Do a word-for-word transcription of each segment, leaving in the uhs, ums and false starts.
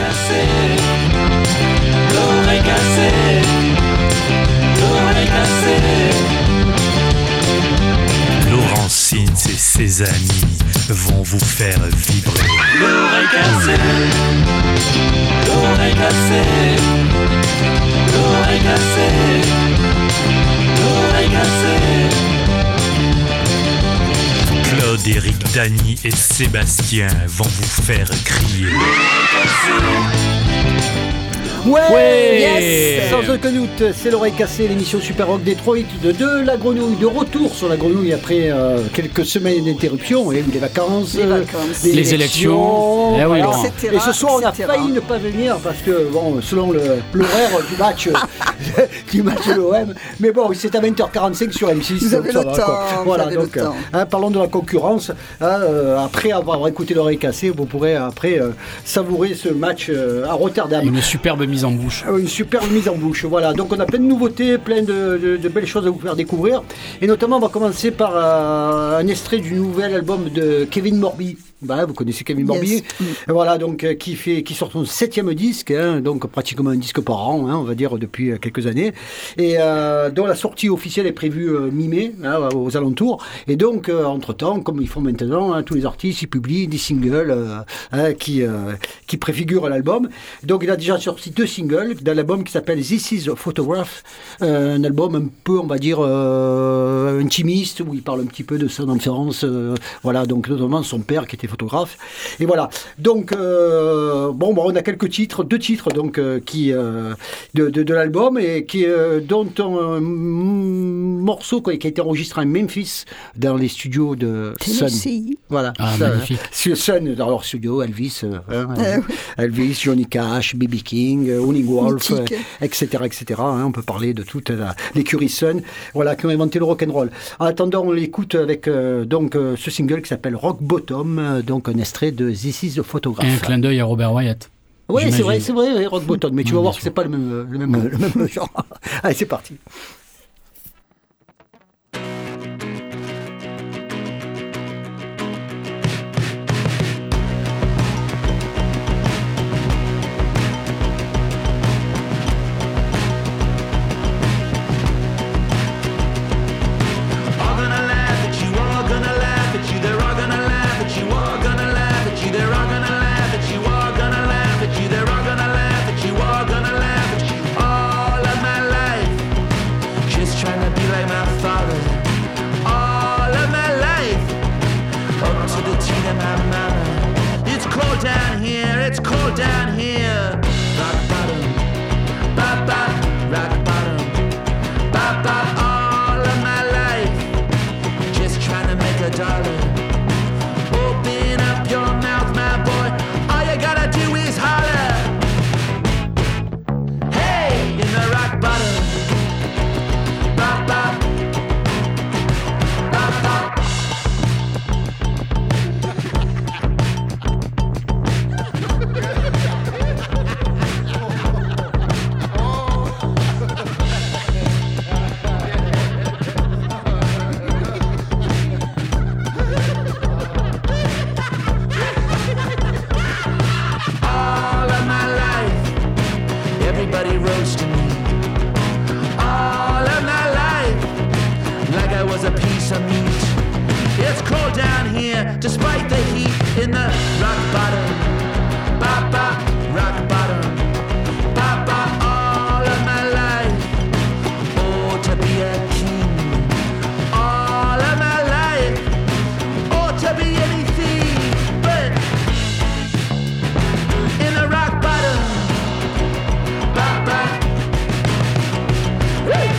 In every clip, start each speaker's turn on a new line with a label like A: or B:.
A: cassée, l'oreille cassée, l'oreille cassée.
B: Laurentine et ses amis vont vous faire vibrer.
A: L'oreille cassée, l'oreille cassée, l'oreille cassée, l'oreille cassée.
B: Claude, Eric, Dany et Sébastien vont vous faire crier.
C: Ouais,
D: Ouais.
C: yes. Sans aucun doute, c'est l'oreille cassée, l'émission Super Rock Detroit de, de la grenouille, de retour sur la grenouille après euh, quelques semaines d'interruption, et les vacances,
E: Les
C: euh,
E: vacances.
C: les,
D: Les élections. Eh oui,
C: voilà.
D: Laurent.
E: et cetera,
C: Et ce soir, on a
E: et cetera.
C: failli ne pas venir parce que, bon, selon le, l'horaire du match, du match de l'O M, mais bon, c'est à vingt heures quarante-cinq sur M six.
E: Vous
C: donc
E: avez
C: ça
E: le
C: va,
E: temps,
C: quoi.
E: vous
C: Voilà,
E: avez le
C: donc,
E: temps.
C: hein, parlons de la concurrence. Hein, euh, après avoir écouté l'oreille cassée, vous pourrez après euh, savourer ce match euh, à Rotterdam.
D: Une superbe mise en bouche.
C: Une superbe mise en bouche, voilà. Donc on a plein de nouveautés, plein de, de- de belles choses à vous faire découvrir. Et notamment, on va commencer par euh, un extrait du nouvel album de Kevin Morby. Bah, vous connaissez Kevin Morby.
E: Yes. Mm.
C: Voilà, donc euh, qui fait, qui sort son septième disque, hein, donc pratiquement un disque par an, hein, on va dire depuis euh, quelques années, et euh, dont la sortie officielle est prévue euh, mi-mai, hein, aux alentours. Et donc, euh, entre-temps, comme ils font maintenant, hein, tous les artistes, ils publient des singles euh, hein, qui, euh, qui préfigurent l'album. Donc, il a déjà sorti deux singles dans l'album qui s'appelle This Is a Photograph, euh, un album un peu, on va dire, euh, intimiste, où il parle un petit peu de son enfance, euh, voilà, donc notamment son père qui était photographe. Et voilà. Donc, euh, bon, bon, on a quelques titres, deux titres donc euh, qui euh, de, de, de l'album et qui euh, dont un mm, morceau quoi, qui a été enregistré à Memphis dans les studios de Sun.
E: Tennessee.
C: Voilà.
D: Ah,
C: Ça,
D: magnifique.
C: Sur Sun, dans leur studio, Elvis, euh, hein,
E: Eh oui.
C: Elvis, Johnny Cash, B B King, euh, Howlin' Wolf,
E: Mythique.
C: euh, et cetera, et cetera. hein. On peut parler de toute la, l'écurie Sun, voilà, qui ont inventé le rock'n'roll. En attendant, on l'écoute avec euh, donc euh, ce single qui s'appelle Rock Bottom, euh, donc un extrait de This Is a
D: Et un
C: Photograph.
D: clin d'œil à Robert Wyatt.
C: Oui, c'est
D: j'imagine.
C: vrai, c'est vrai, ouais, Rock Bottom, mais tu
D: Oui,
C: vas voir
D: bien
C: que
D: sûr.
C: c'est pas le même, le même, le même genre. Allez, c'est parti.
A: All gonna laugh at you, all gonna laugh at you, they're all gonna laugh at you, all gonna laugh at you, they're all gonna laugh at you, all gonna laugh at you, they're all gonna laugh at you, all gonna laugh at you, all of my life. Just trying to be like my father, all of my life, up to the teeth of my mama. It's cold down here, it's cold down here. Rock bottom, bop bop, rock bottom, bop bop, all of my life. Just trying to make a dollar. Open up your mouth, my boy. All you gotta do is holler. Hey, in the rock bottom. Bop bop. Bop bop. All of my life, everybody roasting me. All of my life, like I was a piece of meat. It's cold down here, despite the heat in the rock bottom. Bop bop, rock bottom. Bop bop, all of my life. Oh, to be a king. All of my life. Oh, to be anything but in the rock bottom. Bop bop. Woo!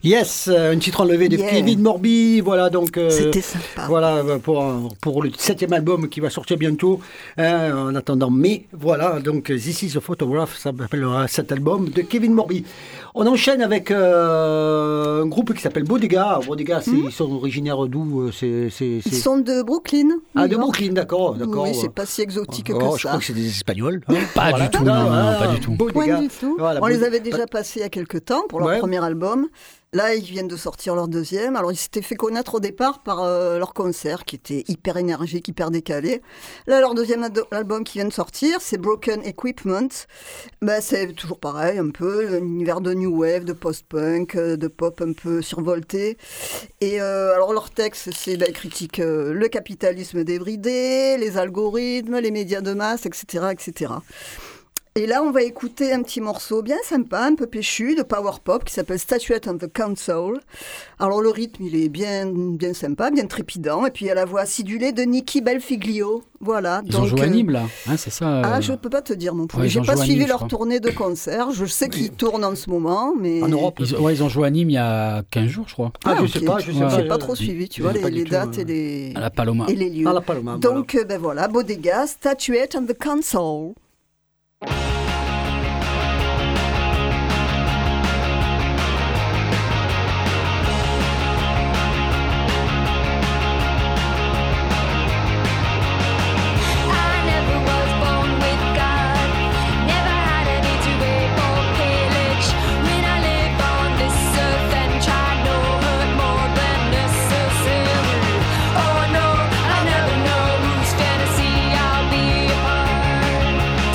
C: Yes, un titre enlevé de
E: Yeah.
C: Kevin Morby, voilà donc euh,
E: C'était sympa.
C: voilà pour pour le septième album qui va sortir bientôt, hein, en attendant mai, voilà donc This is a Photograph, ça s'appellera cet album de Kevin Morby. On enchaîne avec euh, un groupe qui s'appelle Bodega. Bodega, c'est,
E: Mm.
C: ils sont originaires d'où euh, c'est, c'est, c'est...
E: Ils sont de Brooklyn.
C: Ah,
E: New
C: de
E: York.
C: Brooklyn, d'accord, d'accord.
E: Oui, c'est pas si exotique
C: Oh,
E: que
C: je
E: ça.
C: crois que c'est des Espagnols. hein.
D: Pas
C: Voilà.
D: du tout, non, non, non, pas du tout.
C: Bodega.
E: Point du tout.
C: Voilà,
E: On les
C: Bodega.
E: avait déjà passés il y a quelques temps pour leur
C: Ouais.
E: premier album. Là, ils viennent de sortir leur deuxième. Alors, ils s'étaient fait connaître au départ par euh, leur concert qui était hyper énergique, hyper décalé. Là, leur deuxième ado- album qui vient de sortir, c'est Broken Equipment. Ben, c'est toujours pareil, un peu, un univers de new wave, de post-punk, euh, de pop un peu survolté. Et euh, alors, leur texte, c'est ben, critique euh, le capitalisme débridé, les algorithmes, les médias de masse, et cetera, et cetera. Et là, on va écouter un petit morceau bien sympa, un peu péchu, de power pop, qui s'appelle Statuette on the Council. Alors, le rythme, il est bien, bien sympa, bien trépidant. Et puis, il y a la voix acidulée de Nicky Belfiglio. Voilà.
D: Ils ont joué à
E: euh,
D: Nîmes, là, hein, c'est ça euh,
E: Ah, je ne peux pas te dire non plus.
D: Ouais, ils
E: J'ai
D: ont
E: pas
D: joué à
E: suivi
D: Nîmes, je
E: leur
D: crois.
E: tournée de concert. Je sais qu'ils tournent en ce moment, mais...
C: En Europe.
D: ils, ouais, ils ont joué à Nîmes il y a quinze jours, je crois,
C: Ah, je
E: ok.
C: sais pas, je sais
D: Ouais.
C: pas.
E: J'ai pas
C: je-
E: trop suivi, tu
C: je
E: vois,
C: sais
E: les,
C: pas du
E: les
C: tout,
E: dates
C: hein.
E: et les,
D: à la Paloma.
E: et les lieux.
C: Ah, la Paloma,
E: Donc, euh, ben voilà, Bodega, Statuette on the Council.
F: I never was born with God. Never had a need to rape or pillage. When I live on this earth and try no hurt more than necessary. Oh no, I never know whose fantasy I'll be a part.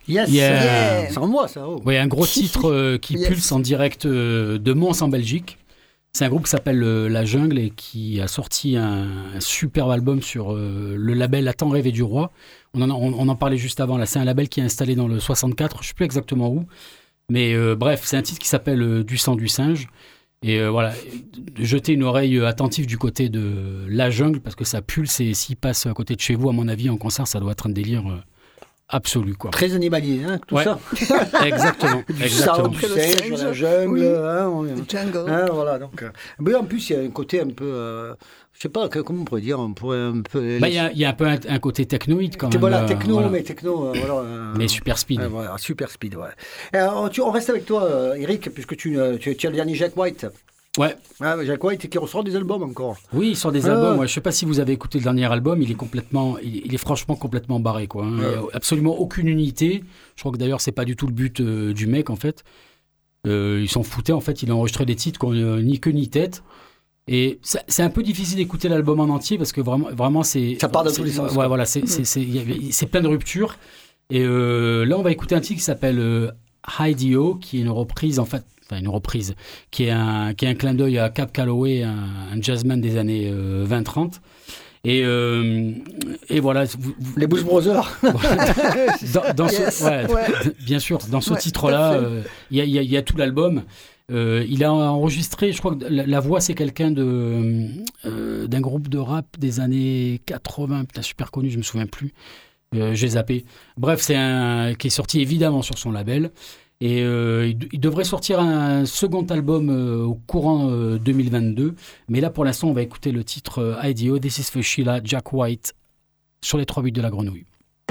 C: Yes,
D: Yeah.
E: Yeah.
C: c'est en moi ça. Oh.
D: Oui, un gros titre euh, qui
E: Yes.
D: pulse en direct euh, de Mons en Belgique. C'est un groupe qui s'appelle euh, La Jungle et qui a sorti un, un superbe album sur euh, le label La Tant Rêvé du Roi. On en, a- on, on en parlait juste avant. Là, c'est un label qui est installé dans le soixante-quatre. Je ne sais plus exactement où. Mais euh, bref, c'est un titre qui s'appelle euh, Du sang du singe. Et euh, voilà, jetez une oreille euh, attentive du côté de La Jungle parce que ça pulse et s'il passe à côté de chez vous, à mon avis, en concert, ça doit être un délire euh, absolu, quoi.
C: Très animalier, hein, tout
D: Ouais.
C: ça.
D: Exactement,
C: Du
D: exactement.
C: sang, du
E: Que le
C: singe,
E: singe.
C: la jungle.
E: Oui.
C: Hein, on-
E: Le jungle.
C: hein, voilà, donc, euh, mais en plus, il y a un côté un peu. Euh, je sais pas, que- comment on pourrait dire, on pourrait un peu.
D: Bah, Il y, a- il y a un peu un, un côté technoïde quand même.
C: Voilà,
D: euh,
C: techno,
D: voilà.
C: mais techno. euh, voilà, euh,
D: Mais super speed.
C: ouais, voilà, super speed, ouais. Alors, tu, on reste avec toi, euh, Eric, puisque tu, euh, tu, tu as le dernier Jack White.
D: Ouais,
C: Ah, Jack White qui ressort des albums encore.
D: oui, sur des
C: Ah.
D: albums. Ouais, je sais pas si vous avez écouté le dernier album, il est complètement, il, il est franchement complètement barré, quoi. hein. Il y a absolument aucune unité. Je crois que d'ailleurs c'est pas du tout le but euh, du mec en fait. Euh, ils s'en foutaient en fait. Il a enregistré des titres qui ont euh, ni queue ni tête. Et c'est c'est un peu difficile d'écouter l'album en entier parce que vraiment, vraiment c'est.
C: Ça part dans
D: c'est-
C: tous les sens,
D: Ouais,
C: quoi.
D: voilà, c'est c'est- c'est- il y avait- c'est plein de ruptures. Et euh, là, on va écouter un titre qui s'appelle euh, Hi-D-O, qui est une reprise en fait. Enfin, une reprise, qui est un, qui est un clin d'œil à Cab Calloway, un, un jazzman des années euh, vingt trente. Et, euh, et voilà. Vous, vous-
C: Les Blues Brothers.
D: dans, dans
E: Yes,
D: ce, ouais,
E: ouais.
D: bien sûr, dans ce
E: Ouais,
D: titre-là,
E: tout à fait.
D: euh, il y, a- il y a- il y a tout l'album. Euh, il a enregistré, je crois que la, la voix, c'est quelqu'un de, euh, d'un groupe de rap des années quatre-vingts, putain, super connu, je me souviens plus. Euh, j'ai zappé. Bref, c'est un qui est sorti évidemment sur son label. Et euh, il, il devrait sortir un second album euh, au courant euh, deux mille vingt-deux. Mais là, pour l'instant, on va écouter le titre euh, I D O, This is for Sheila, Jack White, sur les trois buts de la grenouille.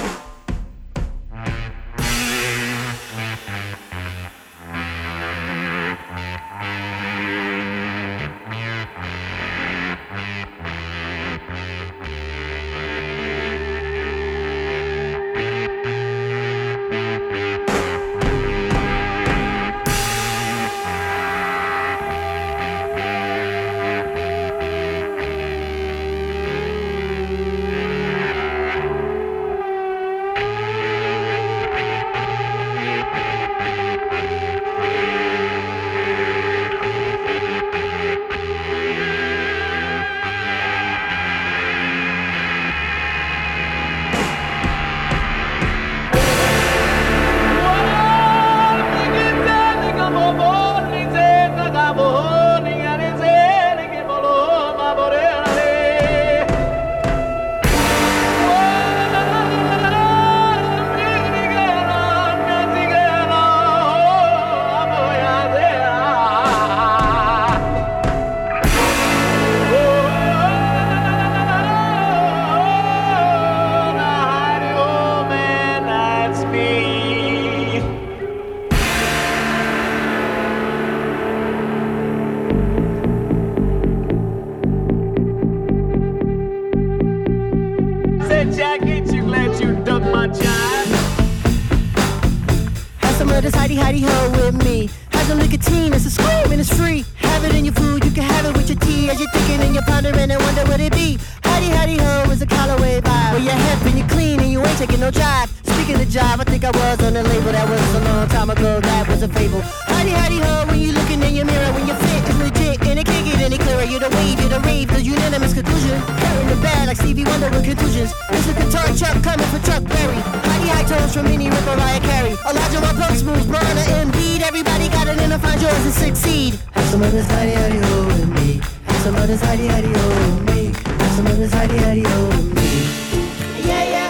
G: Have some of this hidey hidey ho with me. Have some nicotine, it's a scream and it's free. Have it in your food, you can have it with your tea. As you're thinking and you're pondering and wonder what it be. Hidey hidey ho is a Callaway vibe. Where you're hip and you're clean and you ain't taking no drive. Speaking of jive, I think I was on the label. That was a long time ago, that was a fable. Hidey hidey ho, when you looking in your mirror, when you fit is legit and it can't get any clearer. You're the wave, you're the rave, the unanimous conclusion. Carrying the bad like Stevie Wonder with contusions. This is guitar Chuck coming for Chuck Berry. Hidey high tones from Minnie Rip, Mariah Carey. Elijah, my punk smooth, Brian, Embiid. Everybody got it in to find yours and succeed. Have some of this hidey hidey ho with me. Have some of this hidey hidey ho with me. Have some of this hidey hidey ho with me. Yeah, yeah.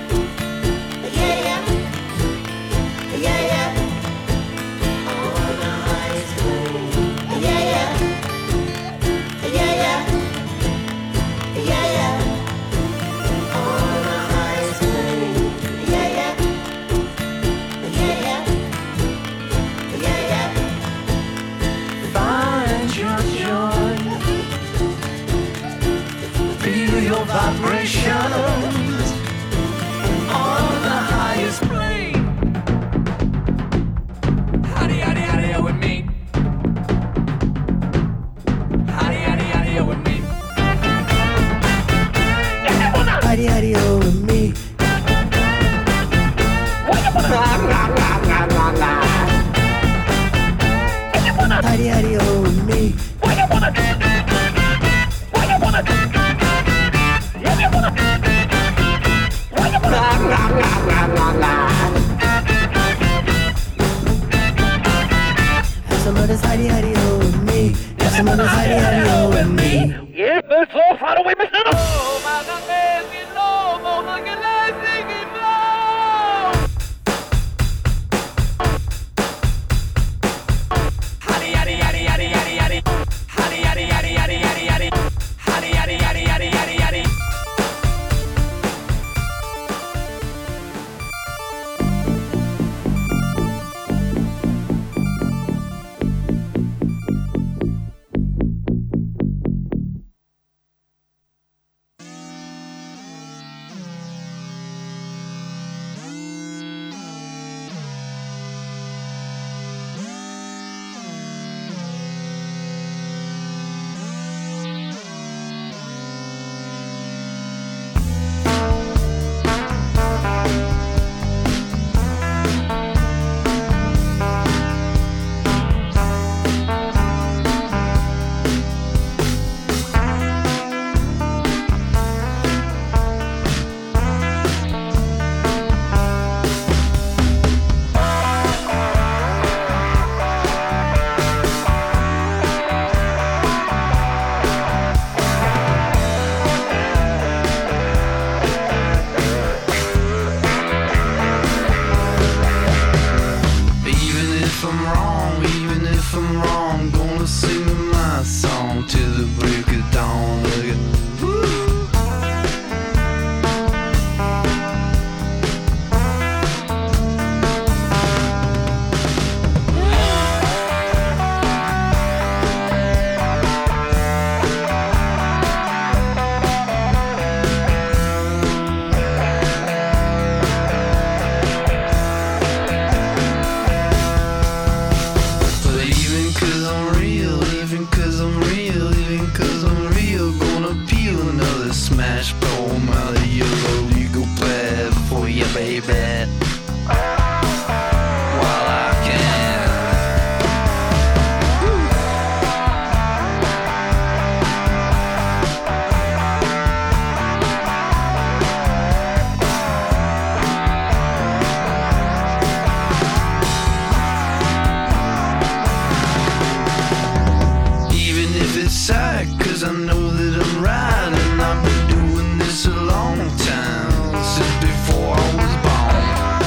G: Yeah, yeah. Yeah, yeah. On the high school. Yeah, yeah. Yeah, yeah. Yeah, yeah. On the high school. Yeah, yeah. Yeah, yeah. Yeah, yeah.
A: Find your joy. Feel your vibrations.
G: Have some of this hidey hidey ho with me. Have some of this hidey hidey ho with me.
A: Yes, but so far away, Mister Oh, my God, baby, no, no, no, get that singing, no. Hotty, yaddy, yaddy, yaddy, yaddy, yaddy. Hotty, yaddy, yaddy, yaddy, yaddy, yaddy. Hotty, yaddy, yaddy, yaddy, yaddy, yaddy.
H: I've been doing this a long time, since before I was born.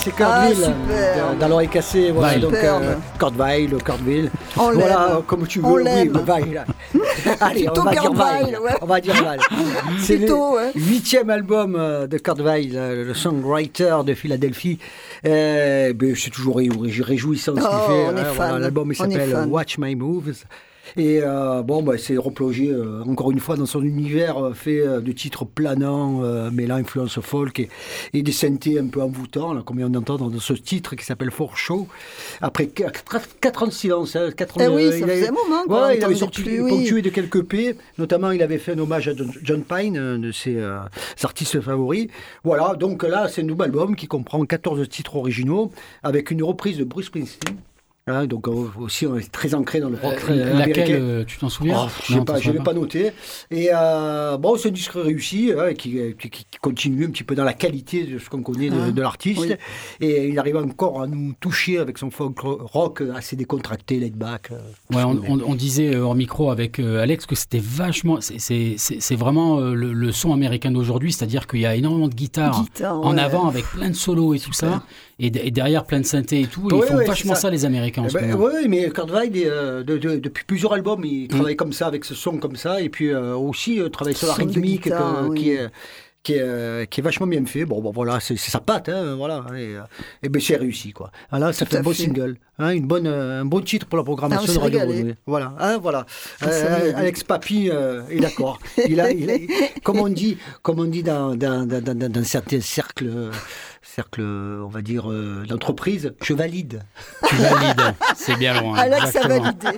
C: c'est Kurdville,
E: Ah, super.
C: dans, dans l'oreille cassée. Voilà,
D: Weil.
C: donc
E: Superbe.
C: euh, Kurdville, Kurdville.
E: On
C: Voilà,
E: l'aime.
C: comme tu veux.
E: On
C: oui,
E: l'aime.
C: Weil. Allez, on
E: Plutôt
C: va dire
E: Kurdville,
C: Weil.
E: ouais.
C: On va dire Weil. C'est
E: Plutôt,
C: le
E: ouais.
C: huitième album euh, de Kurdville, euh, le songwriter de Philadelphie. Euh, ben, c'est toujours ré- ré- réjouissant ce qu'il
E: Oh,
C: fait.
E: on est
C: hein, voilà,
E: fan.
C: l'album il
E: On est
C: s'appelle
E: fan.
C: Watch My Moves. Et euh, bon, bah, c'est replongé euh, encore une fois dans son univers euh, fait euh, de titres planants, euh, mêlant influence folk et, et des synthés un peu envoûtants, là, comme on entend dans ce titre qui s'appelle For Show. Après quatre ans de silence, hein, quatre ans
E: Eh
C: de-
E: oui, ça
C: il
E: faisait
C: avait-
E: un moment qu'on
C: Ouais, il avait
E: l'entendait
C: sorti
E: plus, oui.
C: ponctué de quelques P, notamment il avait fait un hommage à John, John Pine, un de ses euh, artistes favoris. Voilà, donc là c'est un nouvel album qui comprend quatorze titres originaux avec une reprise de Bruce Springsteen. Hein, donc euh, aussi on est très ancré dans le rock
D: Euh,
C: euh,
D: laquelle,
C: américain.
D: euh, tu t'en souviens
C: Oh, je sais
D: Non,
C: pas,
D: t'en
C: je l'ai
D: souviens
C: pas noté. Et euh, bon, c'est un disque réussi hein, qui, qui, qui continue un petit peu dans la qualité de ce qu'on connaît de,
E: Ah,
C: de l'artiste.
E: oui.
C: Et il arrive encore à nous toucher avec son folk rock assez décontracté, laid back. euh,
D: Ouais, on,
C: ce qu'on aime.
D: on- on disait euh, hors micro avec euh, Alex que c'était vachement. c'est- C'est c'est- c'est vraiment euh, le, le son américain d'aujourd'hui, c'est-à-dire qu'il y a énormément de guitares
E: Guitare,
D: en
E: ouais.
D: avant avec plein de solos et tout ça, et, de- et derrière plein de synthés et tout. Et
C: Ouais,
D: ils font
C: ouais,
D: vachement
C: c'est
D: ça.
C: ça.
D: les Américains en
C: Eh
D: ce
C: ben,
D: moment.
C: oui, mais Kurt Weill, euh, de- de- depuis plusieurs albums, il travaille comme ça, avec ce son comme ça, et puis euh, aussi euh, travaille sur la
E: Son de
C: rythmique
E: guitare,
C: que-
E: oui.
C: qui, est, qui, est, euh, qui est vachement bien fait. Bon, bon voilà, c'est c'est sa patte, hein, voilà, et, euh, et ben c'est réussi, quoi. Voilà, ça
E: Tout
C: fait
E: à
C: un beau
E: fait.
C: single, hein, une bonne, euh, un bon titre pour la
E: Ah,
C: programmation
E: on
C: de
E: s'est
C: Radio
E: régalé.
C: Grenouille. Voilà, hein, voilà.
E: On s'est
C: Euh,
E: régalé.
C: Alex Papy euh, est d'accord. Il a, il a- comme on dit, comme on dit dans, dans, dans, dans, dans certains cercles. euh, cercle, on va dire, euh, d'entreprise, je valide.
D: Tu valides, c'est bien loin.
E: Alex a
D: exactement.
E: validé.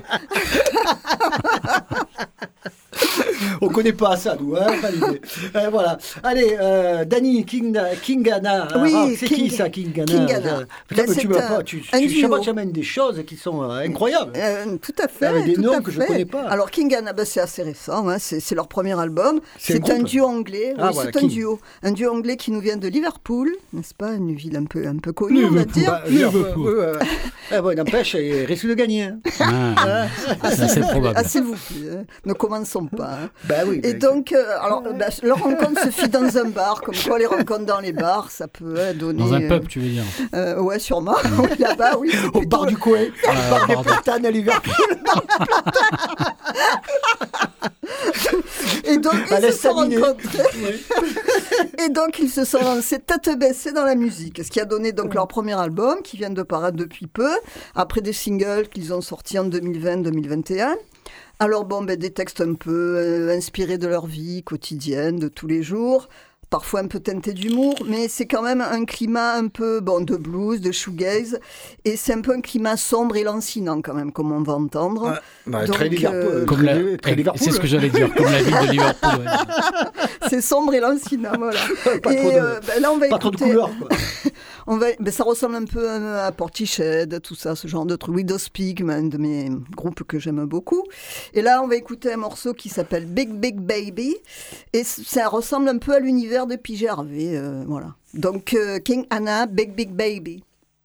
C: On connaît pas ça, nous, hein, validé. Euh, voilà. Allez, euh, Danny King, Kingana.
E: Oui,
C: Ah, c'est
E: King-
C: qui ça, Kingana
E: Kingana.
C: Putain,
E: Ben,
C: mais tu
E: c'est
C: vas
E: un-
C: pas, tu,
E: un
C: tu,
E: duo.
C: chaque fois, tu amènes des choses qui sont euh, incroyables.
E: Euh, tout à fait.
C: Avec des
E: tout
C: noms
E: à
C: que je
E: fait.
C: connais pas.
E: Alors King Annaba, c'est assez récent, hein, c'est c'est leur premier album.
C: C'est un
E: C'est un
C: groupe.
E: duo anglais.
C: Ah,
E: oui,
C: voilà,
E: c'est un
C: King.
E: duo, un duo anglais qui nous vient de Liverpool, n'est-ce pas, une ville un peu un peu connue, on va
D: Liverpool.
E: dire.
C: Bah, Liverpool. Ouais, ouais, ouais. Eh bon, n'empêche, il risque de gagner. hein.
D: Ah, c'est assez probable.
E: Ah, s'il vous plaît, hein, ne commençons pas. hein.
C: Bah oui.
E: Et
C: mais-
E: donc, euh, alors, bah, leur rencontre se fit dans un bar, comme quoi les rencontres dans les bars, ça peut euh, donner.
D: Dans un
E: euh,
D: pub, tu veux dire.
E: euh, ouais, sûrement. Oui, là-bas, oui. c'est
C: Au
E: plutôt-
C: bar du coin, au
D: Ah,
C: bar des
D: pardon.
C: platanes à Liverpool.
E: Et donc,
C: À
E: ils
C: la
E: se sont
C: Saminée.
E: rencontrés. Et donc, ils se sont lancés tête baissée dans la musique. Ce qui a donné donc leur premier album, qui vient de paraître depuis peu, après des singles qu'ils ont sortis en deux mille vingt deux mille vingt et un. Alors, bon, ben, des textes un peu euh, inspirés de leur vie quotidienne, de tous les jours. Parfois un peu teinté d'humour, mais c'est quand même un climat un peu bon, de blues, de shoegaze. Et c'est un peu un climat sombre et lancinant, quand même, comme on va entendre.
C: Ouais, bah,
E: Donc,
C: très Liverpool.
E: euh,
D: Comme
C: très,
D: la-
C: très Liverpool.
D: C'est ce que j'allais dire, comme la ville de Liverpool. ouais.
E: C'est sombre et lancinant, voilà.
C: Pas
E: et
C: trop de-
E: euh, ben là, on va
C: Pas trop de
E: écouter.
C: couleurs, quoi.
E: On va, ben ça ressemble un peu à, à Portishead, tout ça, ce genre de truc. Widow's Peak, un de mes groupes que j'aime beaucoup. Et là, on va écouter un morceau qui s'appelle Big Big Baby. Et c- ça ressemble un peu à l'univers de P. G. Harvey, euh, voilà. Donc, euh, King Anna, Big Big Baby.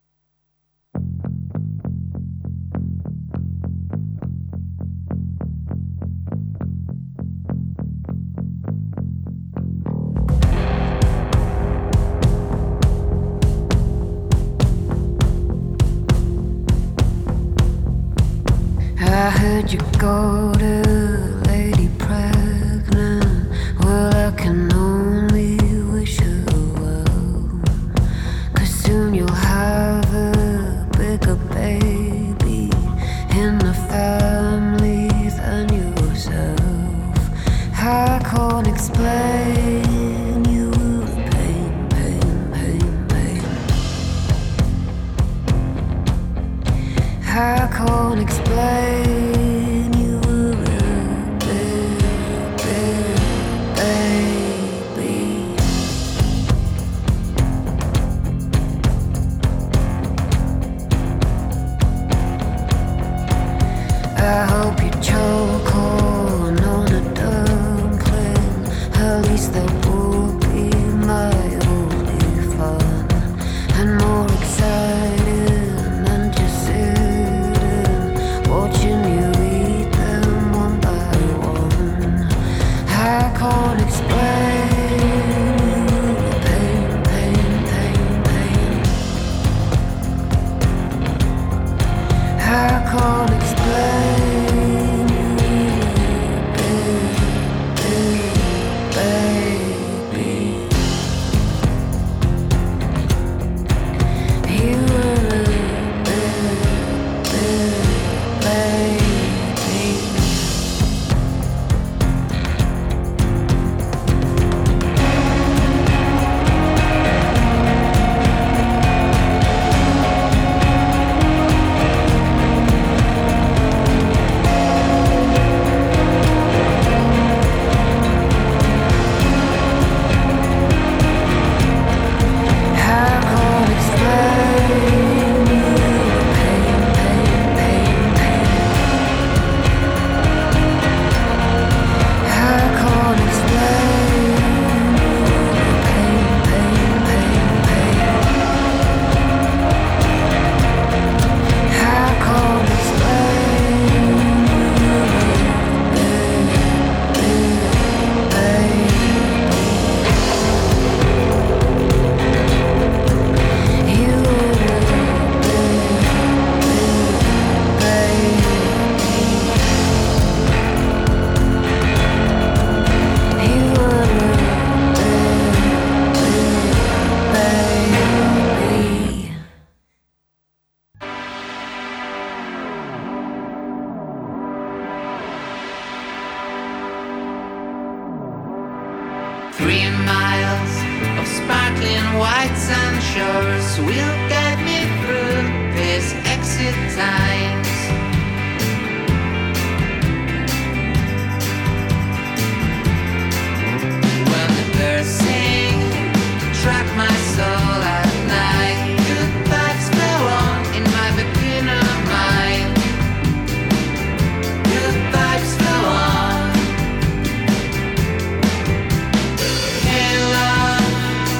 H: I heard you go to Lady Pregnant. Well, I can only wish you well. 'Cause soon you'll have a bigger baby in the family than yourself. I can't explain you pain, pain, pain, pain. I can't explain you a big, big baby. I hope you choke on on a dumpling. At least that will be my only fun. And more exciting than just sitting watching you
I: Three miles of sparkling white sand shores will guide me through these exit times. When the birds sing, track my soul at night. Good vibes flow on in my beginner mind. Good vibes flow on. Hey love,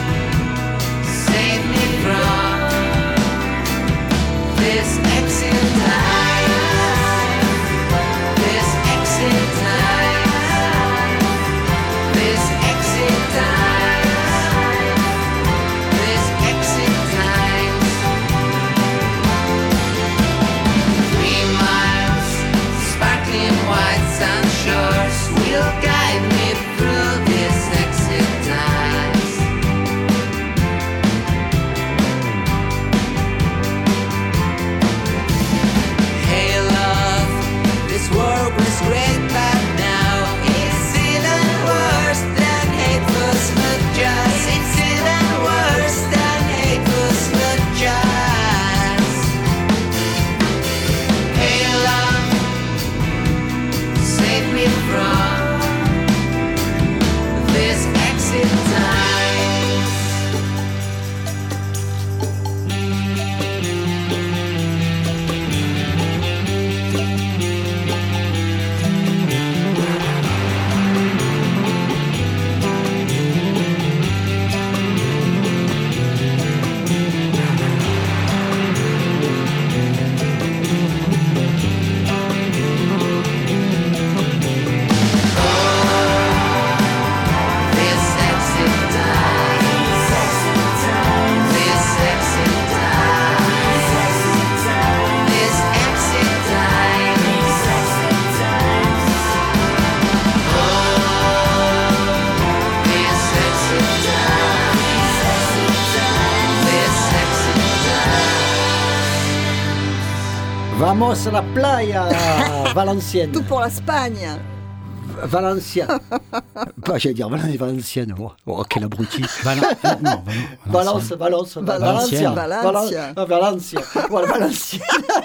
I: save me from this exit time. This exit time. This exit time. This exit time. Three miles, sparkling white sand shores will guide me through this exit times. Hey love, this world was great, but now it's even worse than hateful smudges. It's even worse than hateful smudges. Hey love, save me from this exit times. This exit times. This exit times. This exit times. Oh, this exit times. This exit times.
C: Vamos a la playa, Valenciennes.
E: Tout pour l'Espagne.
C: Valenciennes. Pas, j'allais dire Val- Valenciennes. Oh, oh, quel abruti.
D: Val- non, non,
C: Valence, Valence, Valenciennes.
E: Valenciennes.
C: Val- Valenciennes. Voilà, Valenciennes.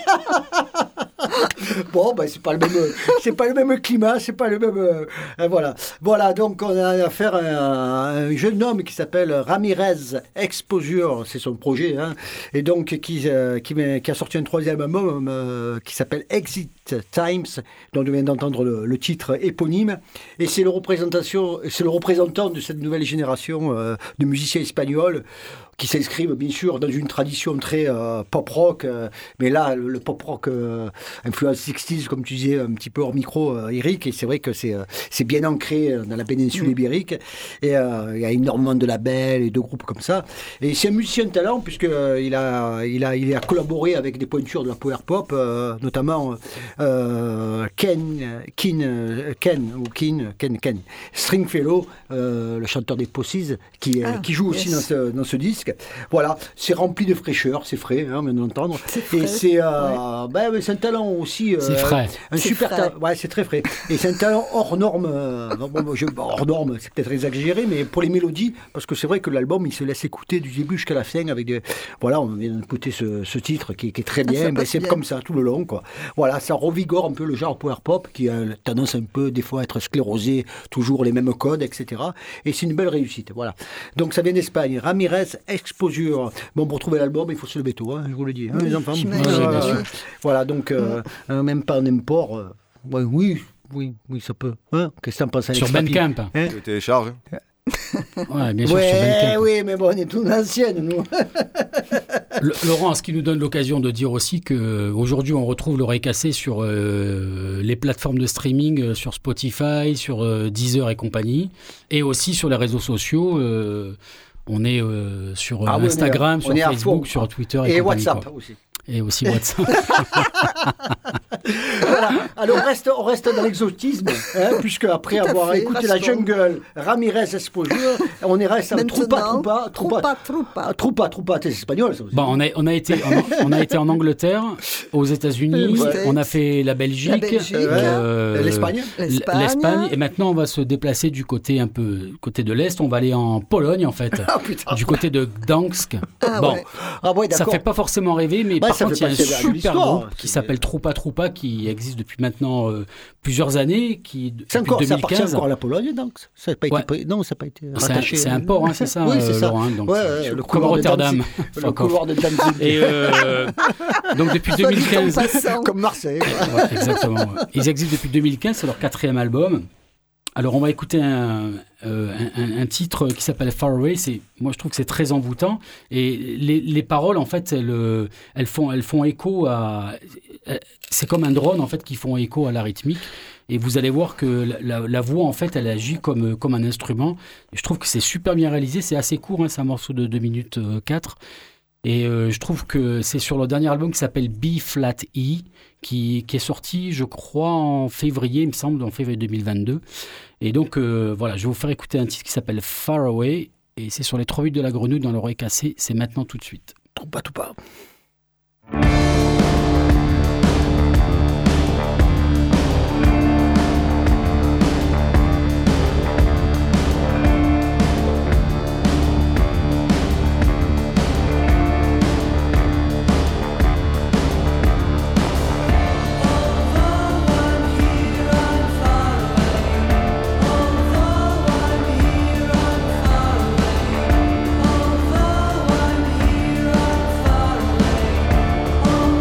C: Bon, ben c'est pas le même, c'est pas le même climat, c'est pas le même, euh, euh, voilà, voilà. Donc on a affaire à un, un jeune homme qui s'appelle Ramirez Exposure, c'est son projet, hein, et donc qui euh, qui, met- qui a sorti un troisième album euh, qui s'appelle Exit Times, dont on vient d'entendre le, le titre éponyme, et c'est le représentation, c'est le représentant de cette nouvelle génération euh, de musiciens espagnols qui s'inscrivent bien sûr dans une tradition très euh, pop rock, euh, mais là le, le pop rock euh, influence soixante, comme tu disais un petit peu hors micro, euh, Eric, et c'est vrai que c'est euh, c'est bien ancré dans la péninsule
E: Mm.
C: ibérique, et euh, il y a énormément de labels et de groupes comme ça, et c'est un musicien de talent puisque euh, il a il a il a collaboré avec des pointures de la power pop, euh, notamment euh, Ken Ken euh, Ken ou Ken Ken Ken Stringfellow, euh, le chanteur des Posses, qui
E: Ah,
C: qui joue aussi
E: yes.
C: dans ce dans ce disque. Voilà, c'est rempli de fraîcheur, c'est frais, hein, on vient de l'entendre.
E: C'est frais,
C: Et c'est, euh, ben, mais c'est un talent aussi. euh,
D: C'est frais.
C: Un
E: C'est
C: super
E: frais.
C: talent. Ouais, c'est très frais. Et c'est un talent hors norme. euh, bon, bon, je- bon, hors norme, c'est peut-être exagéré, mais pour les mélodies, parce que c'est vrai que l'album, il se laisse écouter du début jusqu'à la fin avec des. Voilà, on vient d'écouter ce, ce titre qui, qui est très
E: Ah,
C: bien.
E: ça
C: Ben,
E: passe
C: c'est
E: bien.
C: comme ça tout le long, quoi. Voilà, ça revigore un peu le genre power pop qui a tendance un peu des fois à être sclérosé, toujours les mêmes codes, et cetera. Et c'est une belle réussite. Voilà. Donc ça vient d'Espagne. Ramirez Exposure. Bon, pour trouver l'album, il faut se lever tôt, hein, je vous le dis, hein, les enfants.
E: j'imagine.
D: Ouais,
C: Voilà,
D: bien sûr.
C: voilà, donc euh, euh, même pas en import. euh, ouais, oui, oui, oui, ça peut. Hein, qu'est-ce que t'en penses, Alex
D: Sur
C: Papi
D: Bandcamp.
C: Hein
J: Tu le télécharges.
D: Ouais, bien sûr, sur
C: Ouais,
D: Bandcamp.
C: oui, mais bon, on est tout ancienne, nous.
D: Le- Laurent, ce qui nous donne l'occasion de dire aussi qu'aujourd'hui, on retrouve l'oreille cassée sur euh, les plateformes de streaming, euh, sur Spotify, sur euh, Deezer et compagnie, et aussi sur les réseaux sociaux. euh, on est euh, sur euh,
C: Ah oui, on est-
D: Instagram,
C: on
D: sur
C: est à
D: Facebook,
C: fond.
D: sur Twitter et,
C: Et
D: compagnie,
C: WhatsApp
D: quoi.
C: aussi.
D: Et aussi WhatsApp.
C: voilà. Alors on reste, on reste dans l'exotisme, hein, puisque après
E: Tout à
C: avoir
E: fait,
C: écouté la
E: restons.
C: jungle, Ramirez Exposure, on est resté avec Troupa
E: Maintenant,
C: Troupa
E: Troupa, Troupa.
C: Ah, Troupa Troupa, c'est espagnol ça aussi.
D: Bon, on a, on a été, en, on a été en Angleterre, aux États-Unis,
E: Ouais.
D: on a fait la Belgique,
E: La Belgique.
D: euh,
C: L'Espagne.
E: L'Espagne.
D: l'Espagne, et maintenant on va se déplacer du côté un peu côté de l'est. On va aller en Pologne en fait,
C: Ah putain.
D: du côté de Gdansk.
E: Ah
D: bon,
E: ouais.
C: Ah ouais,
D: ça
C: d'accord.
D: fait pas forcément rêver, mais
C: Bah,
D: par
C: ça
D: contre il y a
C: fait
D: un
C: passer vers
D: super
C: l'histoire.
D: groupe qui
C: C'est-
D: s'appelle Troupa Troupa qui existe depuis maintenant euh, plusieurs années, qui
C: C'est
D: depuis
C: encore, ça appartient
D: deux mille quinze.
C: encore à la Pologne, donc ça n'a pas été,
D: Ouais.
C: pris- non, ça n'a pas été
D: C'est un,
C: rattaché.
D: c'est un port, hein, c'est ça,
C: Oui, c'est
D: euh,
C: ça.
D: Laurent, hein, donc
C: Ouais,
D: c'est-
C: ouais, le
D: comme
C: couloir de
D: Rotterdam.
C: Danzig. Le
D: Fuck off.
C: couloir de Danzig.
D: Et euh, donc depuis
E: Soit dit en
D: deux mille quinze,
E: passant.
C: Comme Marseille. quoi.
D: Ouais, exactement. ouais. Ils existent depuis deux mille quinze, c'est leur quatrième album. Alors on va écouter un, euh, un, un- un titre qui s'appelle Far Away. C'est, moi je trouve que c'est très envoûtant et les, les paroles en fait elles, euh, elles font elles font écho à, c'est comme un drone en fait qui font écho à la rythmique. Et vous allez voir que la, la- la voix en fait elle agit comme comme un instrument. Et je trouve que c'est super bien réalisé. C'est assez court, hein, c'est un morceau de deux minutes quatre. Et euh, je trouve que c'est sur le dernier album qui s'appelle B Flat E, qui, qui est sorti, je crois, en février, il me semble, en février deux mille vingt-deux. Et donc, euh, voilà, je vais vous faire écouter un titre qui s'appelle Far Away, et c'est sur les trois buts de la grenouille dans l'oreille cassée, c'est maintenant tout de suite.
C: Troupa Troupa.
A: Although I'm here, I'm far away.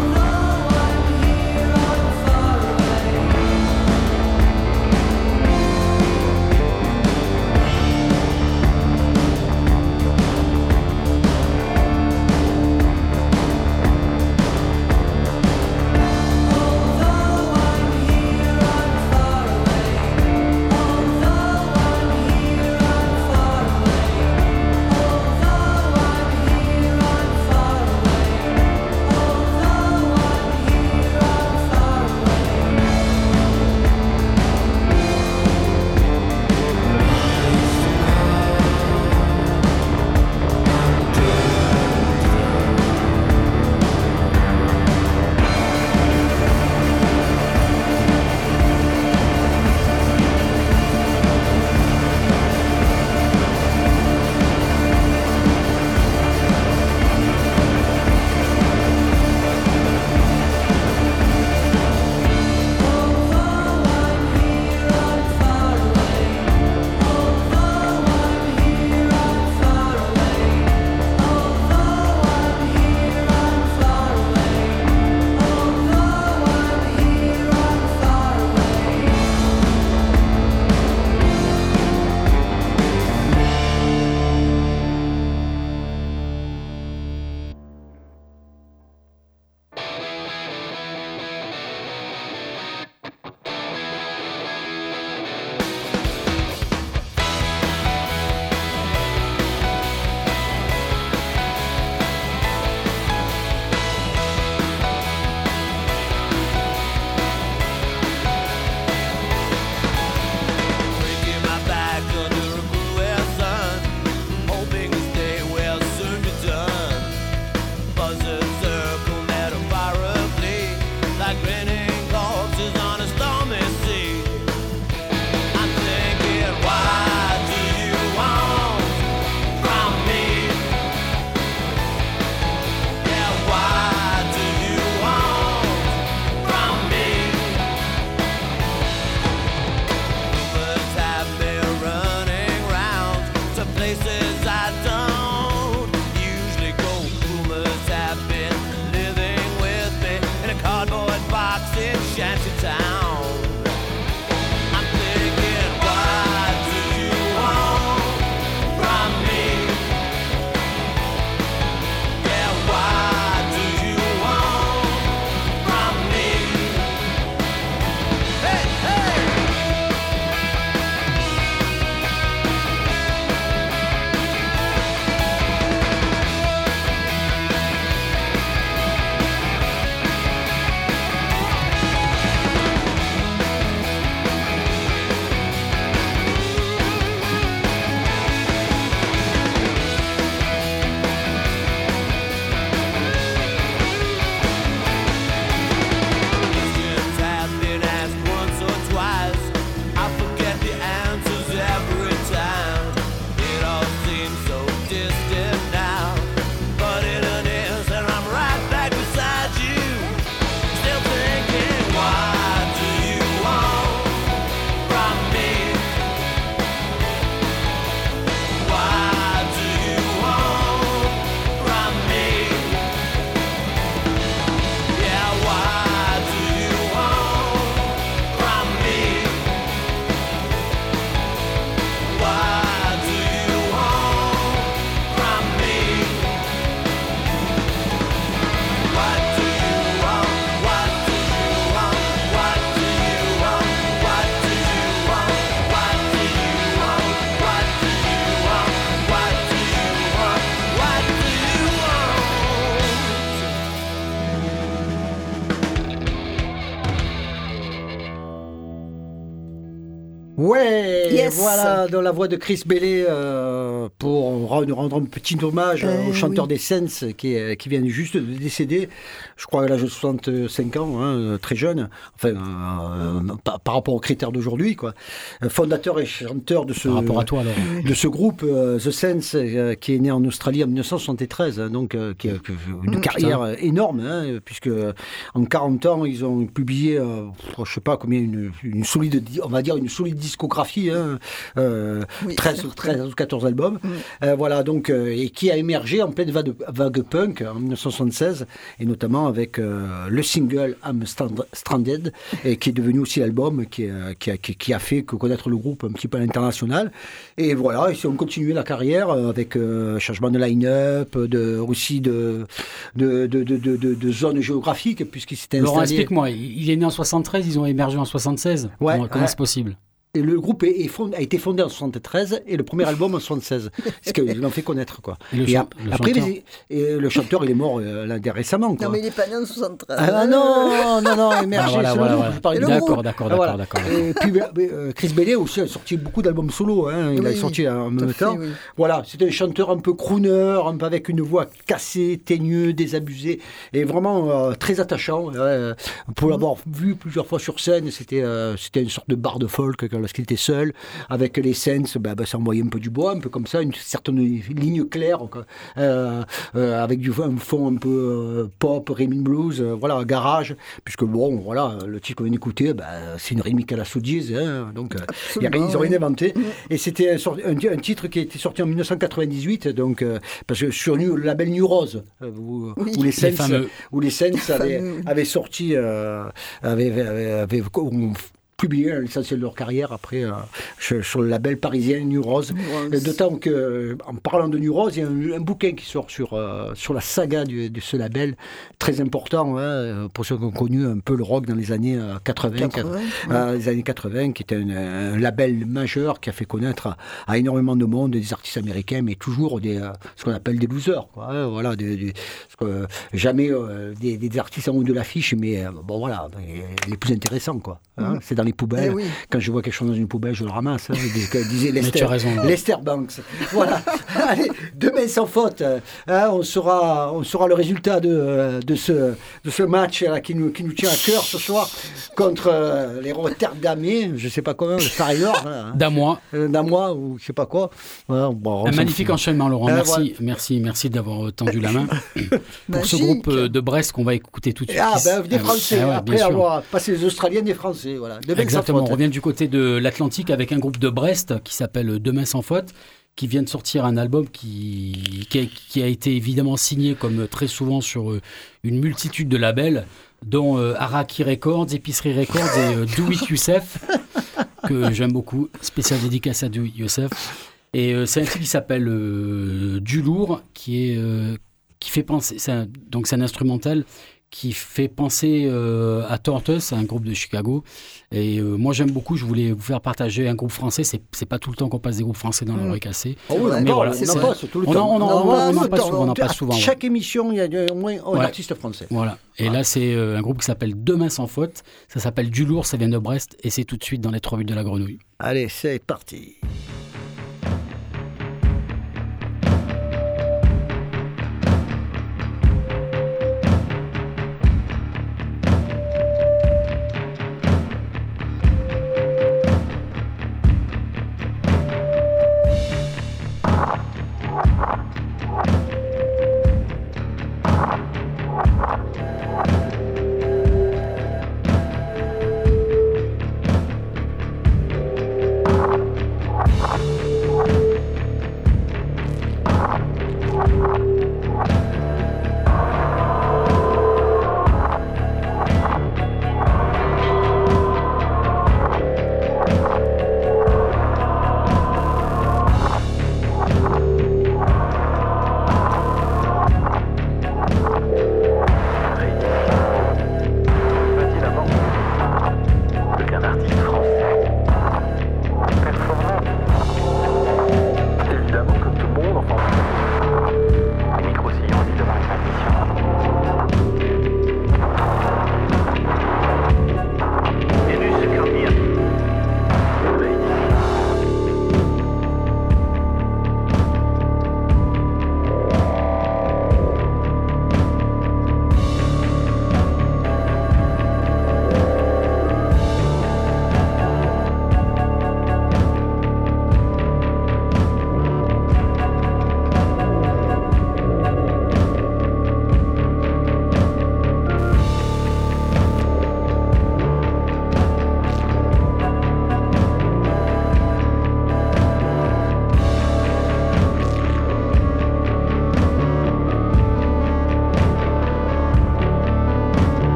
C: Ouais,
E: Yes.
C: voilà, dans la voix de Chris Bailey, euh, pour rendre, rendre un petit hommage
E: Euh,
C: au chanteur
E: oui.
C: des Saints qui, est- qui vient juste de décéder, je crois à l'âge de soixante-cinq ans, hein, très jeune, enfin, euh, par, par rapport aux critères d'aujourd'hui, quoi. Fondateur et chanteur de ce,
D: Par rapport à toi, alors.
C: de ce groupe, euh, The Saints, euh, qui est né en Australie en mille neuf cent soixante-treize, hein, donc euh, qui a qui a une
E: Mm,
C: carrière euh, énorme, hein, puisque en quarante ans, ils ont publié, euh, je sais pas combien, une, une solide, on va dire une solide discographie, hein, euh,
E: Oui,
C: treize,
E: certain.
C: treize ou quatorze albums,
E: Mm.
C: euh, voilà, donc, euh, et qui a émergé en pleine vague, vague punk en mille neuf cent soixante-seize, et notamment avec euh, le single I'm Strand- Stranded, et qui est devenu aussi l'album qui, euh, qui, a, qui, qui a fait que connaître le groupe un petit peu à l'international. Et voilà, ils ont continué la carrière euh, avec euh, changement de line-up, de, aussi de, de, de, de, de, de, de zone géographique, puisqu'ils s'étaient
D: Laurent,
C: installés.
D: explique-moi. Il il est né en soixante-treize, ils ont émergé en soixante-seize.
C: Ouais,
D: comment comment
C: ouais.
D: c'est possible?
C: Et le groupe est, est fond- a été fondé en soixante-treize et le premier album en soixante-seize. Ce qu'ils l'ont fait connaître, quoi.
D: Et le
C: Et
D: chan-
C: ap-
D: le
C: après,
D: chanteur
C: les- et le chanteur, il est mort euh, là, récemment, quoi.
E: Non, mais il est pas né en soixante-treize.
C: Ah non, non, non, émergé,
D: Ah, voilà,
C: c'est le
D: voilà,
C: groupe,
D: voilà.
C: je parlais
E: Et
C: du
E: le
C: groupe.
D: D'accord, d'accord,
C: Ah, voilà.
D: d'accord, d'accord.
C: Et puis euh, Chris Bailey aussi a sorti beaucoup d'albums solo, hein. Il a
E: Oui,
C: sorti en
E: tout à
C: même
E: fait,
C: temps.
E: oui.
C: Voilà, c'était un chanteur un peu crooner, un peu avec une voix cassée, teigneux, désabusée, et vraiment euh, très attachant. Ouais. Pour l'avoir vu plusieurs fois sur scène, c'était euh, c'était une sorte de bar de folk quand- lorsqu'il était seul, avec les Saints, bah, bah, ça envoyait un peu du bois, un peu comme ça, une certaine ligne claire, quoi. Euh, euh, avec du un fond un peu euh, pop, rhythm and blues, euh, voilà, garage, puisque bon, voilà, le titre qu'on vient d'écouter, bah, c'est une rythmique à la Soudise, hein, donc euh, il y a rien- ils n'ont rien
E: oui.
C: inventé. Et c'était un, sort- un, un titre qui a été sorti en mille neuf cent quatre-vingt-dixhuit, donc, euh, parce que sur New- le label New Rose, euh, où,
E: Oui.
C: où les Saints,
D: fameux.
C: où les Saints avaient,
E: fameux, oui.
C: avaient sorti, euh, avaient, avaient- avaient- ont publié l'essentiel de leur carrière après euh, sur, sur le label parisien New Rose.
E: New Rose.
C: Et D'autant que, euh, en parlant de New Rose, il y a un, un bouquin qui sort sur, euh, sur la saga du- de ce label, très important, hein, pour ceux qui ont connu un peu le rock dans les années euh, quatre-vingts,
E: quatre-vingts,
C: euh, les années quatre-vingts, qui était un, un label majeur qui a fait connaître à, à énormément de monde, des artistes américains, mais toujours des, euh, ce qu'on appelle des losers, quoi, hein, voilà, des, des- parce que, euh, jamais euh, des, des artistes en haut de l'affiche, mais euh, bon voilà, les plus intéressants, quoi. Hein,
E: Mhm.
C: c'est dans les poubelles.
E: Eh oui.
C: Quand je vois quelque chose dans une poubelle, je le ramasse. Hein, comme disait
D: Mais
C: Lester,
D: tu as raison.
C: Lester Banks. Voilà. Allez, demain sans faute. Hein, on, saura, on saura le résultat de, de, ce, de ce match là, qui, nous, qui nous tient à cœur ce soir contre euh, les Rotterdamais. Je ne sais pas comment, le Feyenoord. Hein,
D: Damois.
C: euh, Damois ou je ne sais pas quoi. Voilà, bon, on
D: Un
C: s'en
D: magnifique
C: fout.
D: enchaînement, Laurent.
C: Euh,
D: Merci,
C: voilà.
D: merci, merci d'avoir tendu la main pour ce
E: Magique.
D: groupe euh, de Brest qu'on va écouter tout de suite.
C: Ah, ben, des
D: Ah,
C: Français,
D: ah ouais,
C: après
D: bien sûr.
C: avoir passé les Australiens, des Français. Voilà. Demain sans
D: Exactement, on
C: faute.
D: revient du côté de l'Atlantique avec un groupe de Brest qui s'appelle Demain sans faute, qui vient de sortir un album qui, qui, a, qui a été évidemment signé comme très souvent sur euh, une multitude de labels, dont euh, Araki Records, Épicerie Records et euh, Do It Yourself, que j'aime beaucoup, spécial dédicace à Do It Yourself. Et euh, c'est un titre qui s'appelle euh, Du Lourd, qui, est, euh, qui fait penser, c'est un- donc c'est un instrumental qui fait penser euh, à Tortoise, un groupe de Chicago. Et euh, moi j'aime beaucoup, je voulais vous faire partager un groupe français. C'est, c'est pas tout le temps qu'on passe des groupes français dans l'oreille cassée.
C: Oh oui,
E: Ouais,
C: on
D: mais
C: en
D: voilà,
C: passe, on
D: c'est-
C: en passe tout le
D: on
C: temps.
D: en- on en-
C: Non,
D: on en-
C: passe
D: on en
C: tout le
D: passe
C: temps.
D: souvent, on en passe
C: À
D: souvent, ouais.
C: Chaque émission, il y a au moins un
D: Ouais.
C: artiste français.
D: Voilà. Et là c'est euh, un groupe qui s'appelle Demain sans faute. Ça s'appelle Du Lourd, ça vient de Brest et c'est tout de suite dans les trois villes de la Grenouille.
C: Allez, c'est parti.
H: Thank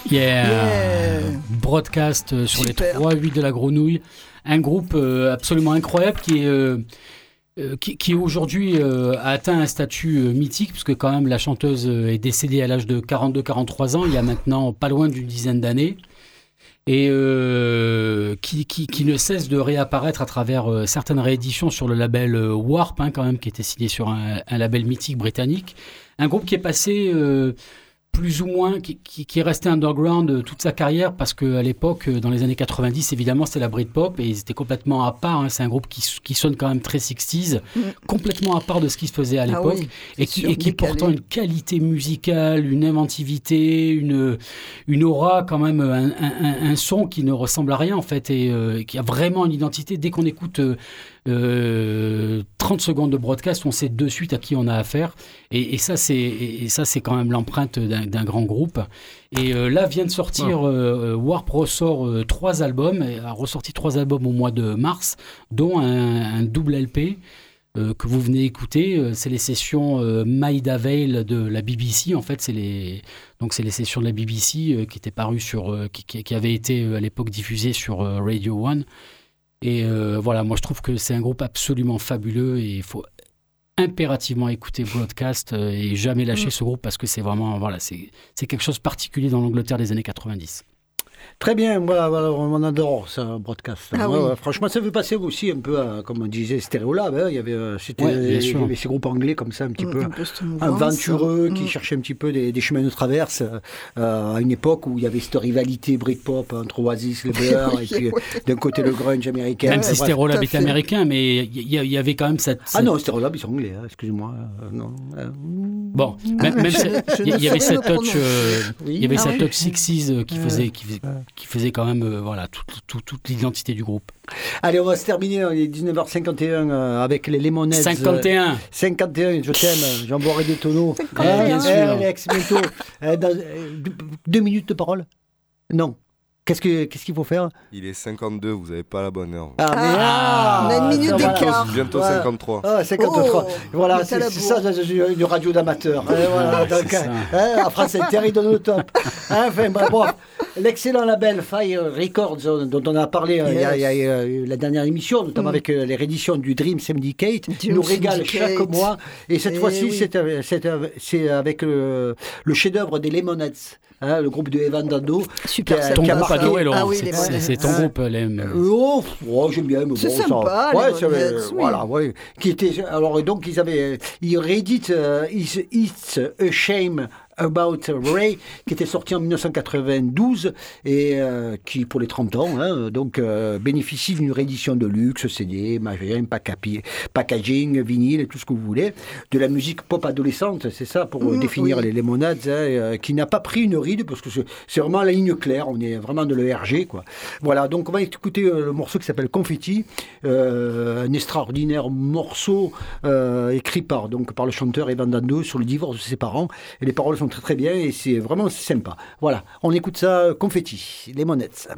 D: Yeah.
E: Yeah.
D: Broadcast euh, sur
E: Super.
D: les trois huit de la Grenouille. Un groupe euh, absolument incroyable qui est... euh, euh, qui, qui aujourd'hui euh, a atteint un statut euh, mythique, puisque quand même la chanteuse euh, est décédée à l'âge de quarante-deux quarante-trois ans, il y a maintenant pas loin d'une dizaine d'années, et euh, qui, qui, qui ne cesse de réapparaître à travers euh, certaines rééditions sur le label euh, Warp, hein, quand même, qui était signé sur un, un label mythique britannique. Un groupe qui est passé... Euh, plus ou moins, qui, qui, qui est resté underground euh, toute sa carrière, parce qu'à l'époque, euh, dans les années quatre-vingt-dix, évidemment, c'était la Britpop, et ils étaient complètement à part. Hein. C'est un groupe qui, qui sonne quand même très sixties,
E: Mm.
D: complètement à part de ce qui se faisait à
E: Ah
D: l'époque,
E: oui,
D: et
E: c'est
D: qui,
E: sûr,
D: et qui
E: décalé.
D: pourtant une qualité musicale, une inventivité, une, une aura, quand même, un, un, un son qui ne ressemble à rien, en fait, et euh, qui a vraiment une identité. Dès qu'on écoute... Euh, Euh, trente secondes de broadcast, on sait de suite à qui on a affaire, et, et ça c'est et, et ça c'est quand même l'empreinte d'un, d'un grand groupe. Et euh, là vient de sortir euh, Warp ressort euh, trois albums, et a ressorti trois albums au mois de mars, dont un, un double L P euh, que vous venez écouter. Euh, c'est les sessions euh, Maida Vale de la B B C. En fait, c'est les donc c'est les sessions de la B B C euh, qui étaient parues sur euh, qui, qui, qui avaient été euh, à l'époque diffusées sur euh, Radio One. Et euh, voilà, moi je trouve que c'est un groupe absolument fabuleux, et il faut impérativement écouter Broadcast euh, et jamais lâcher
E: Mm.
D: ce groupe, parce que c'est vraiment, voilà, c'est, c'est quelque chose de particulier dans l'Angleterre des années quatre-vingt-dix.
C: Très bien, voilà, voilà, on adore ça, Broadcast.
E: Ah
C: Ouais,
E: oui.
C: ouais, franchement, ça fait passer aussi un peu, à, comme on disait, Stereolab. Hein, il y avait, euh, c'était,
D: Ouais, bien
C: il y
D: sûr.
C: avait ces groupes anglais comme ça, un petit
E: Mm,
C: peu
E: un peu cette mouvance.
C: aventureux, qui
E: Mm.
C: cherchaient un petit peu des, des chemins de traverse euh, à une époque où il y avait cette rivalité Britpop entre Oasis, le Beurre,
E: Oui,
C: et puis
E: oui.
C: d'un côté le grunge américain.
D: Même
C: Enfin,
D: si
C: bref.
D: Stereolab
E: tout à
D: était
E: fait.
D: américain, mais il y, y- y avait quand même cette...
C: Ah
D: cette-
C: non, Stereolab, ils sont anglais, hein, excusez-moi. euh, non, euh,
D: Bon, même, même
E: je
D: cette-
E: ne- je
D: il y,
E: ne
D: il y avait
E: saurais
D: cette
E: le
D: touch,
E: prononcer.
D: euh,
C: oui.
D: il y avait
E: Ah
D: cette
E: oui.
D: touch sixties euh, qui
C: Ouais.
D: faisait, qui faisait, qui faisait quand même, euh, voilà, tout- tout- toute l'identité du groupe.
C: Allez, on va se terminer, il est dix-neuf heures cinquante et un euh, avec les Lemonheads.
D: cinquante et un.
C: cinquante et un, je t'aime, j'en boirai des tonneaux.
E: cinquante
D: et un.
C: Eh,
D: Bien
C: eh,
D: sûr.
C: Alex, bientôt. Eh, dans, euh, deux, deux minutes de parole. Non. Qu'est-ce, que, qu'est-ce qu'il faut faire?
J: Il est cinquante-deux, vous n'avez pas la bonne heure.
C: Ah, mais
E: Ah, on a une minute
C: ça,
E: d'écart.
C: voilà.
J: Bientôt
C: Ouais.
J: cinquante-trois.
C: Ah, cinquante-trois.
E: Oh,
C: voilà,
E: mais
C: c'est,
E: t'as la
C: c'est
E: bourre.
C: ça, c'est une radio d'amateur. Eh, voilà,
D: Ouais,
C: donc,
D: c'est ça.
C: hein, à France Inter, il donne le top. Hein, enfin, bref, bon, l'excellent label Fire Records, euh, dont on a parlé euh, il y a, il y a, euh, la dernière émission, notamment
E: Mm.
C: avec euh, les rééditions du Dream Syndicate,
E: Dream
C: nous régale
E: Syndicate.
C: chaque mois. Et cette
E: Eh
C: fois-ci,
E: oui.
C: c'est, avec- c'est, avec- c'est avec le, le chef-d'œuvre des Lemonheads, hein, le groupe de Evan Dando.
E: Super
C: Qui a-
E: sympa.
D: Ton
C: qui a
D: groupe
C: marqué-
D: adoré, Laurent.
E: Ah oui,
D: c'est,
E: les
D: c'est-
E: Lemonheads.
D: c'est ton
C: Hein.
D: groupe, les...
C: Oh, oh, j'aime bien, mais bon,
E: C'est
C: ça-
E: sympa, les
C: ouais, c'est-
E: Lemonheads, oui.
C: voilà, ouais. Qui était, alors donc ils avaient, ils rééditent euh, It's, It's a Shame About Ray, qui était sorti en dix-neuf cent quatre-vingt-douze et euh, qui, pour les trente ans, hein, donc euh, bénéficie d'une réédition de luxe, C D, magazine, pacapi- packaging, vinyle et tout ce que vous voulez, de la musique pop adolescente, c'est ça pour euh,
E: Mmh,
C: définir
E: oui.
C: les Lemonades, hein, euh, qui n'a pas pris une ride parce que c'est, c'est vraiment la ligne claire, on est vraiment de l'E R G, quoi. Voilà, donc on va écouter euh, le morceau qui s'appelle Confetti, euh, un extraordinaire morceau euh, écrit par, donc, par le chanteur Evan Dando sur le divorce de ses parents, et les paroles sont très très bien et c'est vraiment sympa. Voilà, on écoute ça, Confetti, Lemonheads.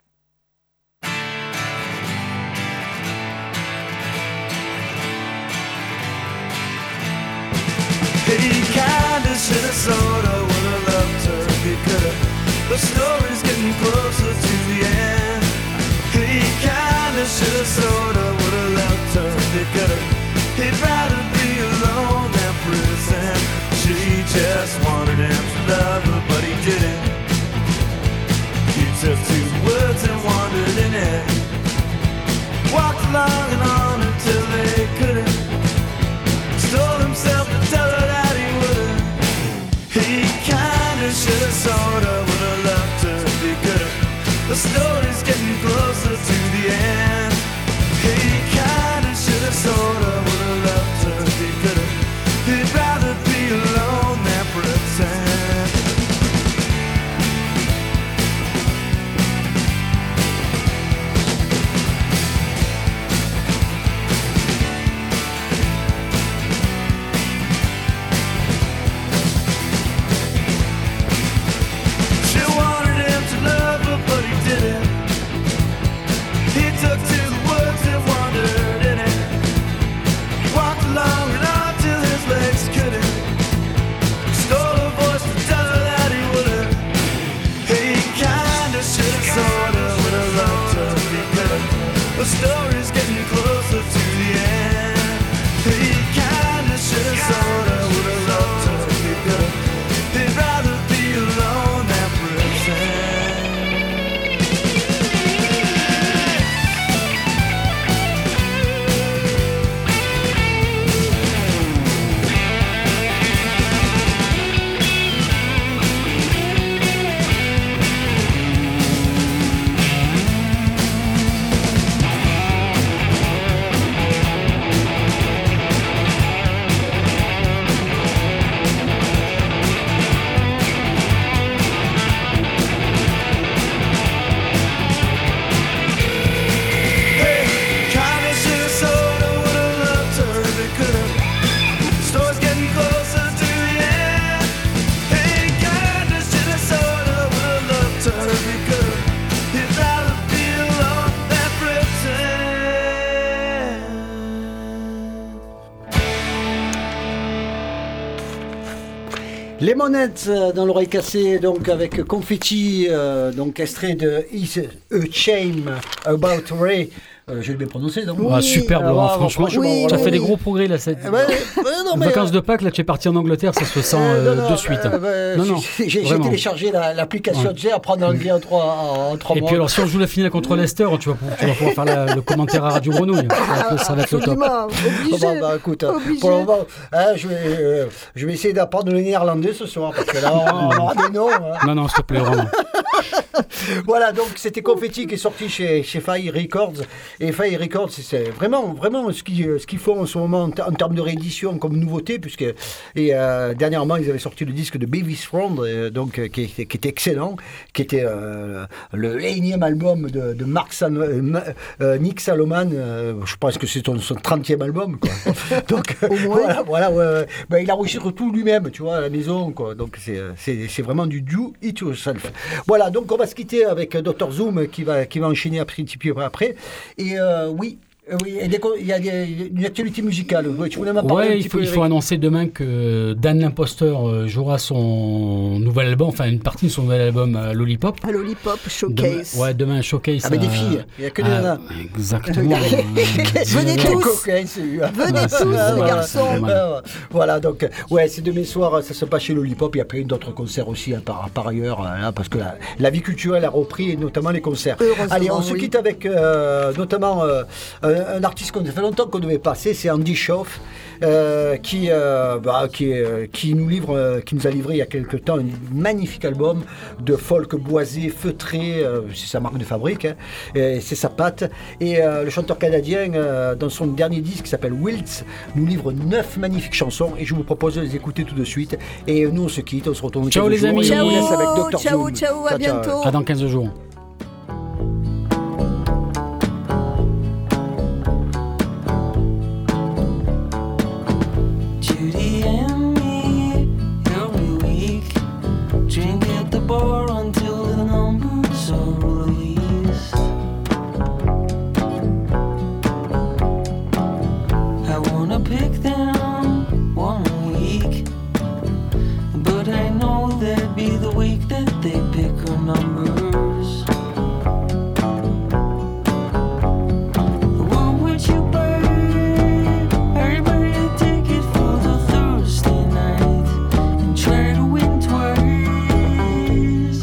A: He kinda shoulda, sorta, woulda loved her. He coulda. The story's getting closer to the end. He kinda shoulda, sorta, woulda loved her. He coulda. He'd rather be alone than pretend. She just wanted him to love her, but he didn't. He took two words and wandered in it. Walked along and on until they couldn't. Stole himself to tell her that he wouldn't. He kinda shoulda, sorta, woulda loved her. He coulda. The story's getting closer to the end. He kinda shoulda, sorta, woulda loved her. He coulda. He'd rather be alone than pretend. She wanted him to love her, but he didn't. He took
C: Les monettes euh, dans l'oreille cassée, donc avec Confetti, euh, donc extrait de Is a Shame About Ray. Euh, je l'ai bien prononcé, donc.
D: Ah, superbe,
C: Ah,
D: Laurent,
C: ouais,
D: franchement.
E: oui,
D: tu as
E: oui,
D: fait des
E: oui.
D: gros progrès, là. Cette...
C: Ouais, ouais, non, mais,
D: vacances de Pâques, là, tu es parti en Angleterre, ça se sent
C: Euh,
D: euh,
C: non, non,
D: de suite.
C: euh, bah,
D: non, non,
C: j'ai- J'ai j'ai
D: vraiment.
C: téléchargé la- l'application,
D: Ouais.
C: tu sais, apprendre l'anglais en trois, en trois
D: Et
C: mois.
D: puis alors, si on joue la finale contre Leicester, tu vas, pou- tu vas pouvoir faire la- le commentaire à Radio Grenouille. Ça va être- ça va être le top.
E: Absolument, obligé.
C: Bon, bah, écoute, euh,
E: Obligé.
C: pour le moment, hein, je, vais, euh, je vais essayer d'apprendre le néerlandais ce soir, parce que là, on, on aura des noms. hein.
D: Non, non, s'il te plaît, vraiment.
C: Voilà, donc c'était Confetti qui est sorti chez, chez Fire Records. Et Fire Records, c'est- c'est vraiment, vraiment ce qu'ils ce qu'ils font en ce moment en, ter- en termes de réédition comme nouveauté, puisque et, euh, dernièrement, ils avaient sorti le disque de Baby's Friend, euh, donc, euh, qui, était- qui était excellent, qui était euh, le énième album de, de Mark San- euh, Ma- euh, Nick Saloman. euh, je pense que c'est son, son trentième album. Quoi. Donc, euh, voilà, voilà ouais, ouais. Ben, il enregistre tout lui-même, tu vois, à la maison. Quoi. Donc, c'est c'est- c'est vraiment du do it yourself. Voilà, donc on va se quitter avec docteur Zoom qui va, qui va enchaîner un petit peu après. Et euh, oui. euh, Oui, et des co- il y a des- une actualité musicale. Ouais, tu voulais m'en parler un
D: Ouais,
C: petit
D: il faut,
C: peu,
D: il faut
C: Eric
D: annoncer demain que Dan l'Imposteur euh, jouera son nouvel album, enfin une partie de son nouvel album à Lollipop.
E: Un Lollipop
D: Demain,
E: Showcase.
D: ouais, demain un showcase.
C: Avec des
D: à-
C: filles, il n'y a que des
D: à-
C: nanas.
D: Exactement.
E: Venez
C: Quel
E: tous.
C: coquin, celui-là.
E: Venez
D: Ouais, c'est-
E: tous,
D: c'est-
E: les garçons.
D: c'est mal.
C: Euh, Voilà, donc, euh, ouais, c'est demain soir, ça se passe chez Lollipop. Il y a plein d'autres concerts aussi, hein, par, par ailleurs, euh, hein, parce que la, la vie culturelle a repris, et notamment les concerts.
E: Heureusement,
C: Allez, on se
E: oui.
C: quitte avec euh, notamment euh, un, un artiste qu'on fait longtemps qu'on devait passer, c'est Andy Schauf, euh, qui, euh, bah, qui, euh, qui, nous livre, euh, qui nous a livré il y a quelques temps un magnifique album de folk boisé, feutré, euh, c'est sa marque de fabrique, hein, et c'est sa patte. Et euh, le chanteur canadien, euh, dans son dernier disque qui s'appelle Wilts, nous livre neuf magnifiques chansons et je vous propose de les écouter tout de suite. Et nous, on se quitte, on se retrouve dans
D: Ciao,
C: quelques
D: les
C: jours
D: amis.
C: et on vous laisse avec
E: Ciao,
C: docteur
E: ciao,
C: Zoom.
E: ciao, à bientôt.
D: À dans quinze jours.
I: Judy and me, every week, drink at the bar until the numbers are released. I wanna pick them one week, but I know that'd be the week that they pick our numbers. What would you buy? I buy a ticket for the Thursday night and try to win twice.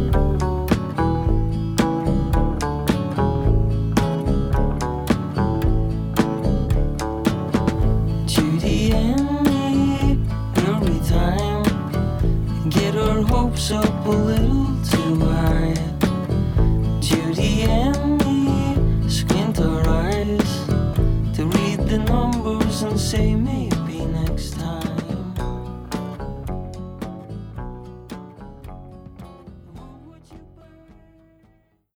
I: Judy and me, every time, get our hopes up a little